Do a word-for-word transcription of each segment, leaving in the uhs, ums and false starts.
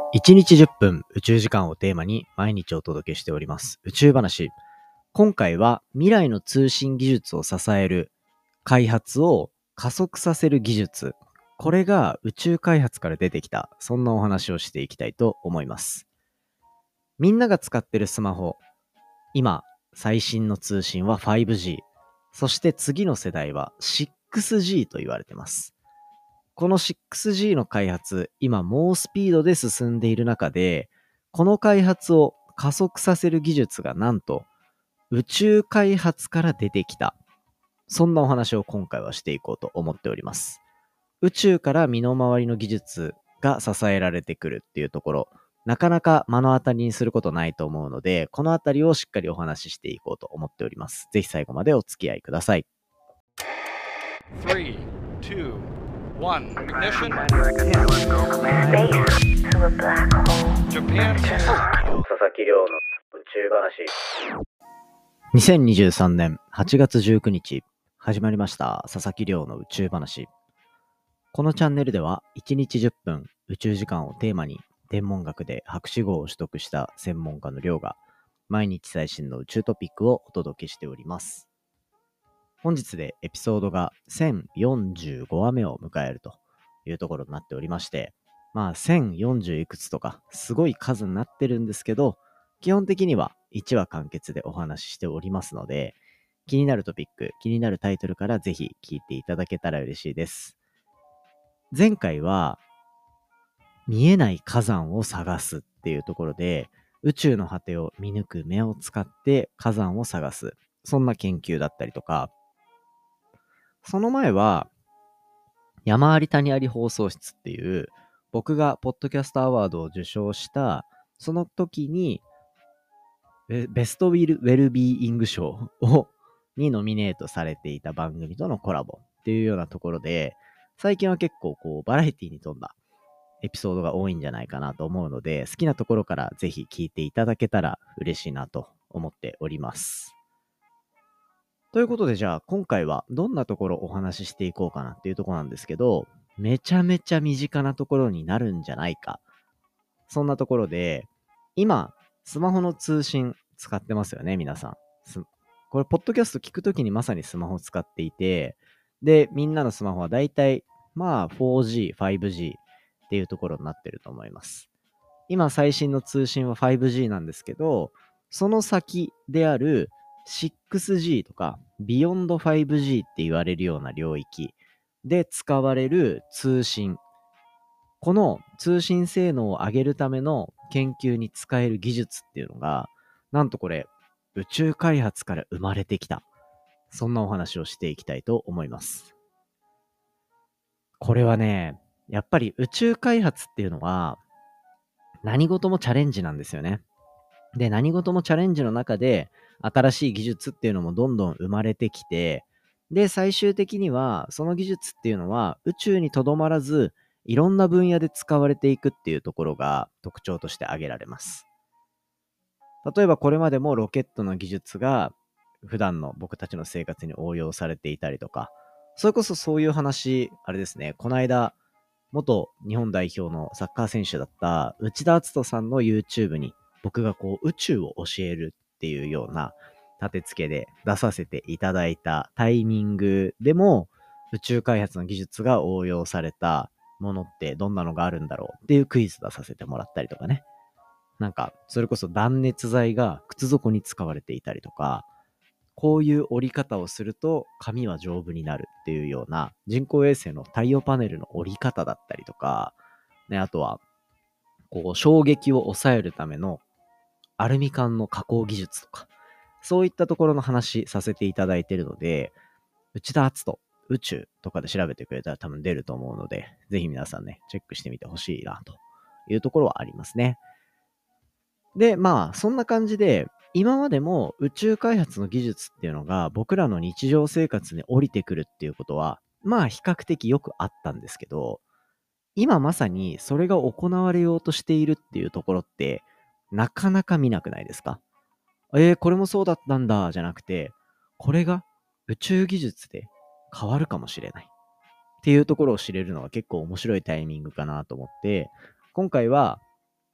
いちにちじゅっぷん宇宙時間をテーマに毎日お届けしております宇宙話。今回は未来の通信技術を支える開発を加速させる技術、これが宇宙開発から出てきた、そんなお話をしていきたいと思います。みんなが使ってるスマホ、今最新の通信は ファイブジー、 そして次の世代は シックスジー と言われてます。この シックスジー の開発、今猛スピードで進んでいる中で、この開発を加速させる技術がなんと宇宙開発から出てきた。そんなお話を今回はしていこうと思っております。宇宙から身の回りの技術が支えられてくるっていうところ、なかなか目の当たりにすることないと思うので、このあたりをしっかりお話ししていこうと思っております。ぜひ最後までお付き合いください。 スリー、ツー、ワン、ignition. Japan. 佐々木亮の宇宙話。にせんにじゅうさんねんはちがつじゅうくにち始まりました佐々木亮の宇宙話。このチャンネルではいちにちじゅっぷん宇宙時間をテーマに天文学で博士号を取得した専門家の亮が毎日最新の宇宙トピックをお届けしております。本日でエピソードがせんよんじゅうごわめを迎えるというところになっておりまして、まあせんよんじゅういくつとかすごい数になってるんですけど、基本的にはいちわ完結でお話ししておりますので、気になるトピック、気になるタイトルからぜひ聞いていただけたら嬉しいです。前回は見えない火山を探すっていうところで、宇宙の果てを見抜く目を使って火山を探す、そんな研究だったりとか、その前は山あり谷あり放送室っていう僕がポッドキャストアワードを受賞したその時にベストウィルウェルビーイング賞をにノミネートされていた番組とのコラボっていうようなところで、最近は結構こうバラエティに富んだエピソードが多いんじゃないかなと思うので、好きなところからぜひ聞いていただけたら嬉しいなと思っております。ということで、じゃあ今回はどんなところお話ししていこうかなっていうところなんですけど、めちゃめちゃ身近なところになるんじゃないか、そんなところで、今スマホの通信使ってますよね、皆さん。これポッドキャスト聞くときにまさにスマホを使っていて、でみんなのスマホはだいたいまあ フォージー、ファイブジー っていうところになってると思います。今最新の通信は ファイブジー なんですけど、その先であるシックスジー とかビヨンド ファイブジー って言われるような領域で使われる通信、この通信性能を上げるための研究に使える技術っていうのが、なんとこれ宇宙開発から生まれてきた、そんなお話をしていきたいと思います。これはね、やっぱり宇宙開発っていうのは何事もチャレンジなんですよね。で、何事もチャレンジの中で新しい技術っていうのもどんどん生まれてきて、で、最終的にはその技術っていうのは宇宙にとどまらず、いろんな分野で使われていくっていうところが特徴として挙げられます。例えばこれまでもロケットの技術が普段の僕たちの生活に応用されていたりとか、それこそそういう話、あれですね、この間元日本代表のサッカー選手だった内田篤人さんの YouTube に僕がこう宇宙を教えるっていうような立て付けで出させていただいたタイミングでも、宇宙開発の技術が応用されたものってどんなのがあるんだろうっていうクイズ出させてもらったりとかね。なんかそれこそ断熱材が靴底に使われていたりとか、こういう折り方をすると紙は丈夫になるっていうような人工衛星の太陽パネルの折り方だったりとか、ね、あとはこう衝撃を抑えるためのアルミ缶の加工技術とか、そういったところの話させていただいているので、内田篤人宇宙とかで調べてくれたら多分出ると思うので、ぜひ皆さんねチェックしてみてほしいなというところはありますね。で、まあそんな感じで今までも宇宙開発の技術っていうのが僕らの日常生活に降りてくるっていうことはまあ比較的よくあったんですけど、今まさにそれが行われようとしているっていうところってなかなか見なくないですか？えー、これもそうだったんだじゃなくて、これが宇宙技術で変わるかもしれないっていうところを知れるのは結構面白いタイミングかなと思って、今回は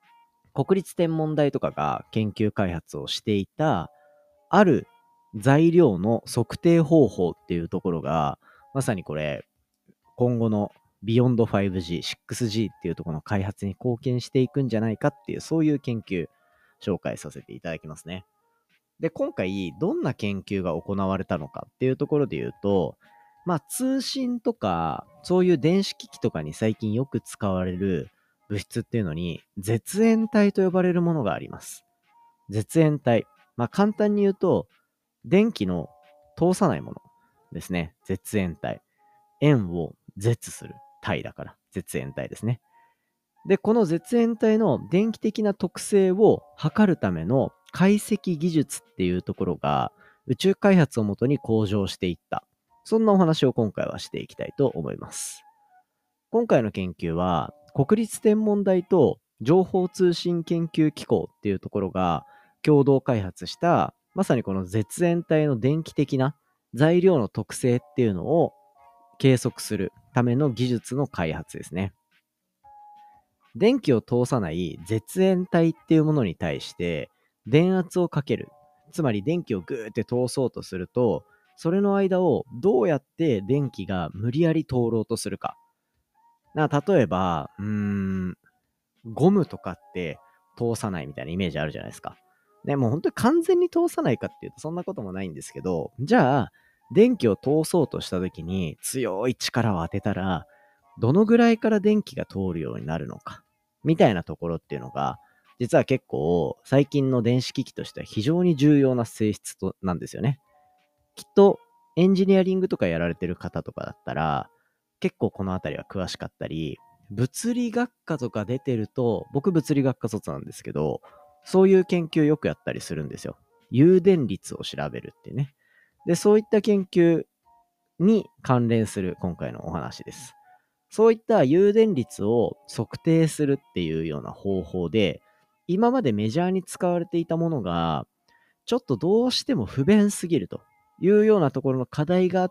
国立天文台とかが研究開発をしていたある材料の測定方法っていうところが、まさにこれ今後のビヨンド ファイブジー、シックスジー っていうところの開発に貢献していくんじゃないかっていう、そういう研究紹介させていただきますね。で、今回どんな研究が行われたのかっていうところで言うと、まあ通信とかそういう電子機器とかに最近よく使われる物質っていうのに絶縁体と呼ばれるものがあります。絶縁体。まあ簡単に言うと電気の通さないものですね。絶縁体。円を絶する体だから絶縁体ですね。で、この絶縁体の電気的な特性を測るための解析技術っていうところが宇宙開発をもとに向上していった。そんなお話を今回はしていきたいと思います。今回の研究は国立天文台と情報通信研究機構っていうところが共同開発したまさにこの絶縁体の電気的な材料の特性っていうのを計測するための技術の開発ですね。電気を通さない絶縁体っていうものに対して電圧をかける。つまり電気をグーって通そうとすると、それの間をどうやって電気が無理やり通ろうとするか。な例えば、うーん、ゴムとかって通さないみたいなイメージあるじゃないですか。ね、もう本当に完全に通さないかっていうとそんなこともないんですけど、じゃあ、電気を通そうとした時に強い力を当てたら、どのぐらいから電気が通るようになるのか。みたいなところっていうのが、実は結構最近の電子機器としては非常に重要な性質となんですよね。きっとエンジニアリングとかやられてる方とかだったら、結構このあたりは詳しかったり、物理学科とか出てると、僕物理学科卒なんですけど、そういう研究よくやったりするんですよ。誘電率を調べるってね。で、そういった研究に関連する今回のお話です。そういった誘電率を測定するっていうような方法で、今までメジャーに使われていたものが、ちょっとどうしても不便すぎるというようなところの課題があって、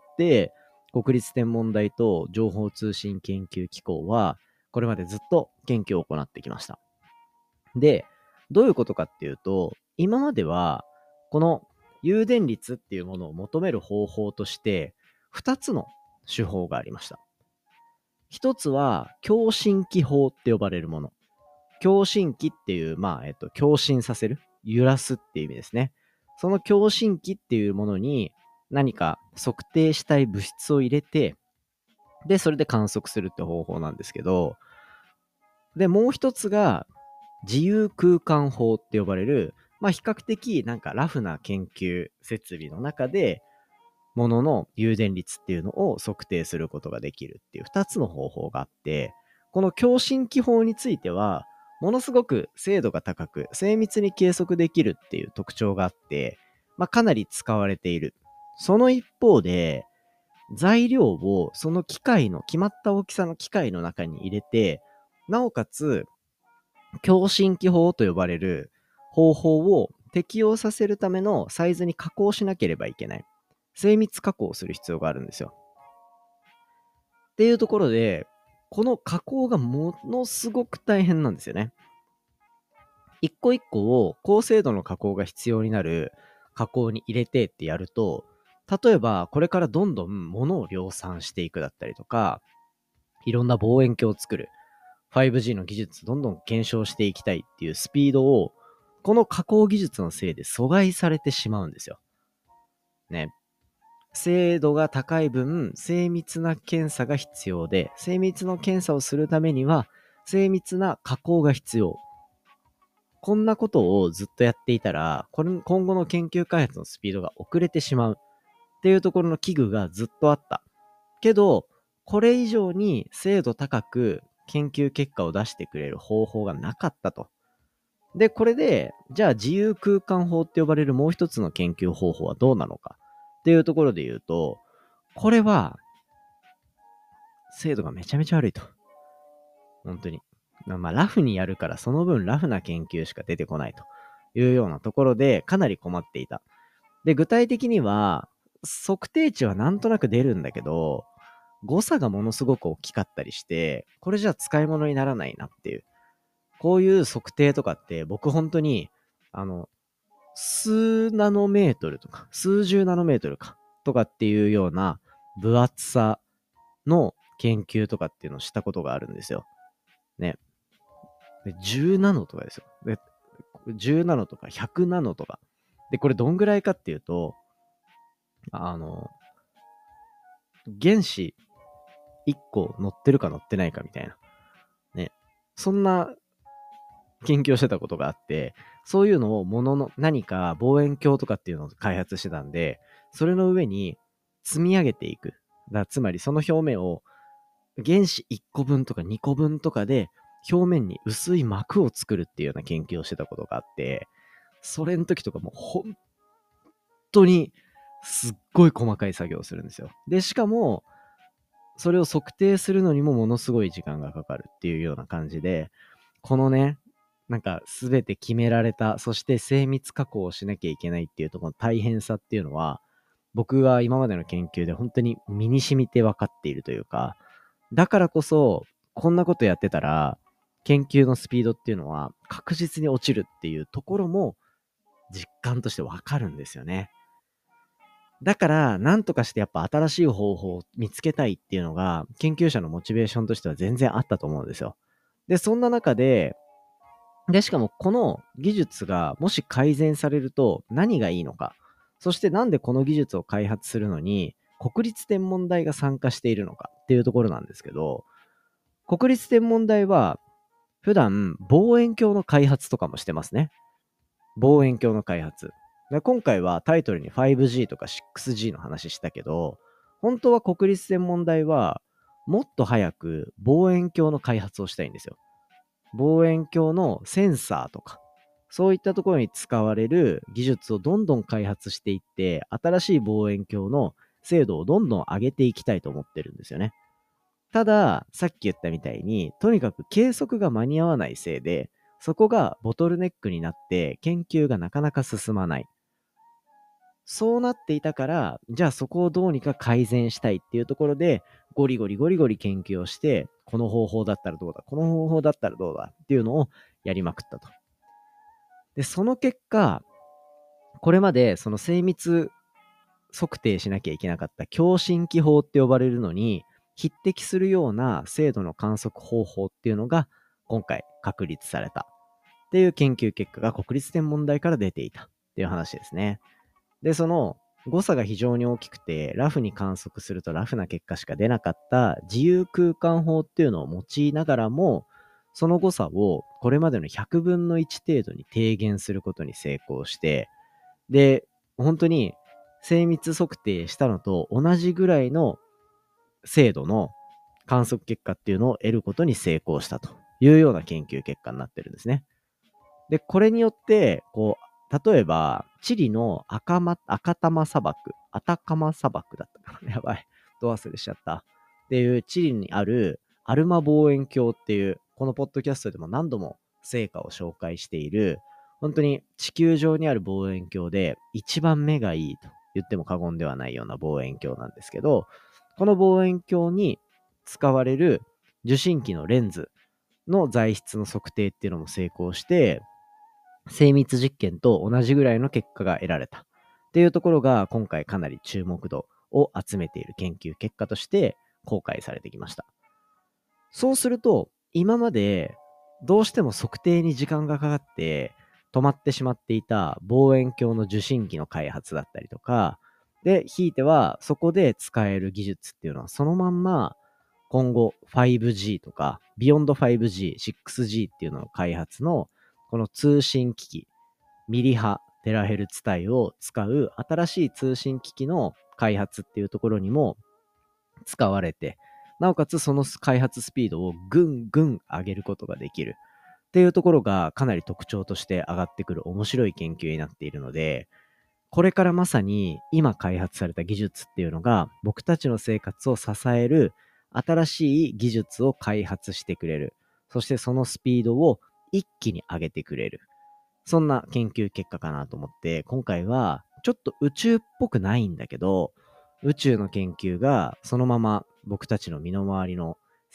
国立天文台と情報通信研究機構は、これまでずっと研究を行ってきました。で、どういうことかっていうと、今までは、この誘電率っていうものを求める方法として、ふたつの手法がありました。一つは、共振器法って呼ばれるもの。共振器っていう、まあ、えっと、共振させる、揺らすっていう意味ですね。その共振器っていうものに何か測定したい物質を入れて、で、それで観測するって方法なんですけど、で、もう一つが自由空間法って呼ばれる、まあ、比較的なんかラフな研究設備の中で、ものの誘電率っていうのを測定することができるっていうふたつの方法があって、この共振器法については、ものすごく精度が高く、精密に計測できるっていう特徴があって、まあ、かなり使われている。その一方で、材料をその機械の、決まった大きさの機械の中に入れて、なおかつ、共振器法と呼ばれる方法を適用させるためのサイズに加工しなければいけない。精密加工をする必要があるんですよ。っていうところで、この加工がものすごく大変なんですよね。一個一個を高精度の加工が必要になる加工に入れてってやると、例えばこれからどんどん物を量産していくだったりとか、いろんな望遠鏡を作る ファイブジー の技術どんどん検証していきたいっていうスピードをこの加工技術のせいで阻害されてしまうんですよ。ね。精度が高い分、精密な検査が必要で、精密の検査をするためには、精密な加工が必要。こんなことをずっとやっていたら、これ今後の研究開発のスピードが遅れてしまうっていうところの危惧がずっとあった。けど、これ以上に精度高く研究結果を出してくれる方法がなかったと。で、これで、じゃあ自由空間法って呼ばれるもう一つの研究方法はどうなのかっていうところで言うと、これは、精度がめちゃめちゃ悪いと。本当に。まあ、ラフにやるからその分ラフな研究しか出てこないというようなところでかなり困っていた。で、具体的には、測定値はなんとなく出るんだけど、誤差がものすごく大きかったりして、これじゃ使い物にならないなっていう。 こういう測定とかって僕本当に、あの、数ナノメートルとか、数十ナノメートルか、とかっていうような分厚さの研究とかっていうのをしたことがあるんですよ。ね。でじゅうナノとかですよ。で、じゅうナノとかひゃくナノとか。で、これどんぐらいかっていうと、あの、原子いっこ乗ってるか乗ってないかみたいな。ね。そんな研究をしてたことがあって、そういうのをものの何か望遠鏡とかっていうのを開発してたんで、それの上に積み上げていく。だつまりその表面を原子いっこぶんとかにこぶんとかで表面に薄い膜を作るっていうような研究をしてたことがあって、それの時とかもう本当にすっごい細かい作業をするんですよ。で、しかもそれを測定するのにもものすごい時間がかかるっていうような感じで、このね、なんか全て決められた、そして精密加工をしなきゃいけないっていうところの大変さっていうのは、僕は今までの研究で本当に身に染みて分かっているというか、だからこそ、こんなことやってたら、研究のスピードっていうのは確実に落ちるっていうところも実感として分かるんですよね。だから、なんとかしてやっぱ新しい方法を見つけたいっていうのが、研究者のモチベーションとしては全然あったと思うんですよ。で、そんな中で、で、しかもこの技術がもし改善されると何がいいのか、そしてなんでこの技術を開発するのに国立天文台が参加しているのかっていうところなんですけど、国立天文台は普段望遠鏡の開発とかもしてますね。望遠鏡の開発。で今回はタイトルに ファイブジー とか シックスジー の話したけど、本当は国立天文台はもっと早く望遠鏡の開発をしたいんですよ。望遠鏡のセンサーとか、そういったところに使われる技術をどんどん開発していって、新しい望遠鏡の精度をどんどん上げていきたいと思ってるんですよね。ただ、さっき言ったみたいに、とにかく計測が間に合わないせいで、そこがボトルネックになって研究がなかなか進まない。そうなっていたから、じゃあそこをどうにか改善したいっていうところで、ゴリゴリゴリゴリ研究をして、この方法だったらどうだ、この方法だったらどうだっていうのをやりまくったと。で、その結果、これまでその精密測定しなきゃいけなかった共振気法って呼ばれるのに匹敵するような精度の観測方法っていうのが今回確立されたっていう研究結果が国立天文台から出ていたっていう話ですね。で、その誤差が非常に大きくてラフに観測するとラフな結果しか出なかった自由空間法っていうのを用いながらも、その誤差をこれまでのひゃくぶんのいち程度に低減することに成功して、で、本当に精密測定したのと同じぐらいの精度の観測結果っていうのを得ることに成功したというような研究結果になってるんですね。で、これによって、こう、例えば、チリの赤ま、赤玉砂漠、アタカマ砂漠だったかな。やばい。ど忘れしちゃった。っていう、チリにあるアルマ望遠鏡っていう、このポッドキャストでも何度も成果を紹介している、本当に地球上にある望遠鏡で一番目がいいと言っても過言ではないような望遠鏡なんですけど、この望遠鏡に使われる受信機のレンズの材質の測定っていうのも成功して、精密実験と同じぐらいの結果が得られたっていうところが今回かなり注目度を集めている研究結果として公開されてきました。そうすると今までどうしても測定に時間がかかって止まってしまっていた望遠鏡の受信機の開発だったりとかで、ひいてはそこで使える技術っていうのはそのまんま今後 ファイブジー とかビヨンド ファイブジー、シックスジー っていうのの開発のこの通信機器、ミリ波、テラヘルツ帯を使う新しい通信機器の開発っていうところにも使われて、なおかつその開発スピードをぐんぐん上げることができるっていうところがかなり特徴として上がってくる面白い研究になっているので、これからまさに今開発された技術っていうのが僕たちの生活を支える新しい技術を開発してくれる。そしてそのスピードを一気に上げてくれる。そんな研究結果かなと思って、今回はちょっと宇宙っぽくないんだけど、宇宙の研究がそのまま僕たちの身の回りの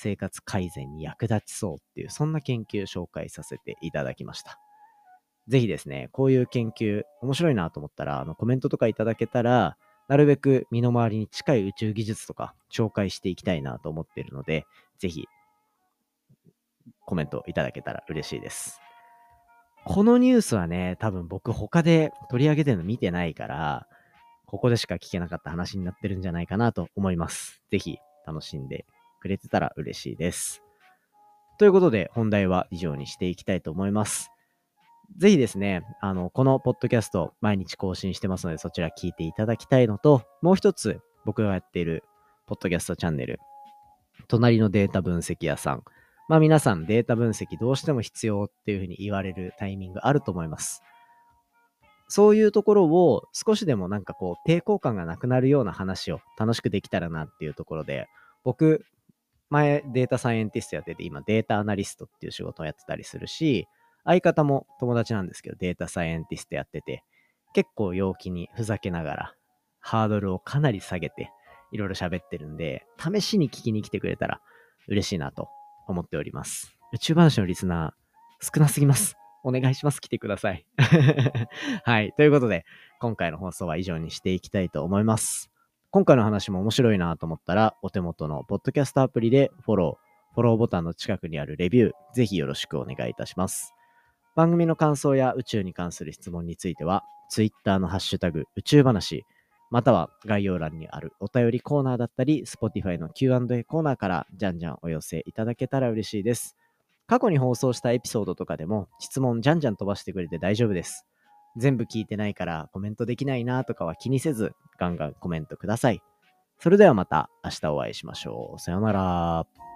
生活改善に役立ちそうっていう、そんな研究を紹介させていただきました。ぜひですね、こういう研究面白いなと思ったら、あのコメントとかいただけたら、なるべく身の回りに近い宇宙技術とか紹介していきたいなと思っているので、ぜひコメントいただけたら嬉しいです。このニュースはね、多分僕他で取り上げてるの見てないから、ここでしか聞けなかった話になってるんじゃないかなと思います。ぜひ楽しんでくれてたら嬉しいです。ということで本題は以上にしていきたいと思います。ぜひですね、あの、このポッドキャスト毎日更新してますので、そちら聞いていただきたいのと、もう一つ僕がやっているポッドキャストチャンネル、隣のデータ分析屋さん。まあ皆さんデータ分析どうしても必要っていうふうに言われるタイミングあると思います。そういうところを少しでもなんかこう抵抗感がなくなるような話を楽しくできたらなっていうところで、僕、前データサイエンティストやってて、今データアナリストっていう仕事をやってたりするし、相方も友達なんですけど、データサイエンティストやってて、結構陽気にふざけながら、ハードルをかなり下げて、いろいろ喋ってるんで、試しに聞きに来てくれたら嬉しいなと思っております。宇宙話のリスナー、少なすぎます。お願いします。来てください。はい。ということで、今回の放送は以上にしていきたいと思います。今回の話も面白いなと思ったら、お手元のポッドキャストアプリでフォロー、フォローボタンの近くにあるレビュー、ぜひよろしくお願いいたします。番組の感想や宇宙に関する質問については、Twitter のハッシュタグ宇宙話、または概要欄にあるお便りコーナーだったり、Spotify の キューアンドエー コーナーからじゃんじゃんお寄せいただけたら嬉しいです。過去に放送したエピソードとかでも質問じゃんじゃん飛ばしてくれて大丈夫です。全部聞いてないからコメントできないなとかは気にせず、ガンガンコメントください。それではまた明日お会いしましょう。さようなら。